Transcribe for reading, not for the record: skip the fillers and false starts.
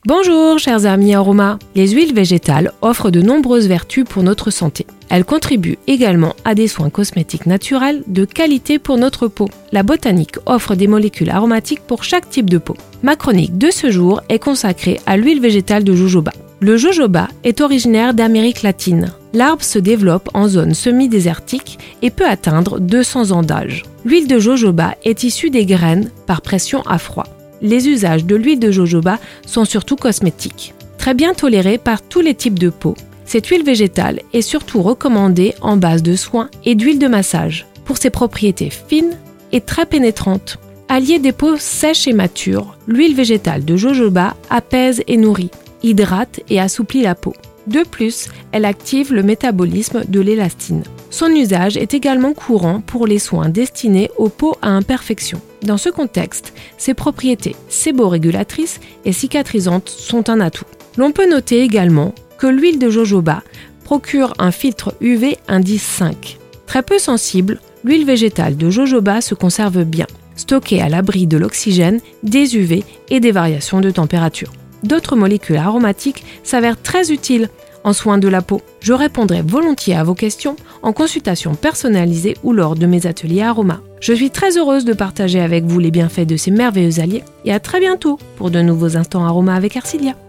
Bonjour chers amis aromas, les huiles végétales offrent de nombreuses vertus pour notre santé. Elles contribuent également à des soins cosmétiques naturels de qualité pour notre peau. La botanique offre des molécules aromatiques pour chaque type de peau. Ma chronique de ce jour est consacrée à l'huile végétale de jojoba. Le jojoba est originaire d'Amérique latine. L'arbre se développe en zone semi-désertique et peut atteindre 200 ans d'âge. L'huile de jojoba est issue des graines par pression à froid. Les usages de l'huile de jojoba sont surtout cosmétiques. Très bien tolérée par tous les types de peau, cette huile végétale est surtout recommandée en base de soins et d'huile de massage pour ses propriétés fines et très pénétrantes. Alliée des peaux sèches et matures, l'huile végétale de jojoba apaise et nourrit, hydrate et assouplit la peau. De plus, elle active le métabolisme de l'élastine. Son usage est également courant pour les soins destinés aux peaux à imperfections. Dans ce contexte, ses propriétés séborégulatrices et cicatrisantes sont un atout. L'on peut noter également que l'huile de jojoba procure un filtre UV indice 5. Très peu sensible, l'huile végétale de jojoba se conserve bien, stockée à l'abri de l'oxygène, des UV et des variations de température. D'autres molécules aromatiques s'avèrent très utiles en soins de la peau. Je répondrai volontiers à vos questions en consultation personnalisée ou lors de mes ateliers aromas. Je suis très heureuse de partager avec vous les bienfaits de ces merveilleux alliés et à très bientôt pour de nouveaux instants aromas avec Arcilia.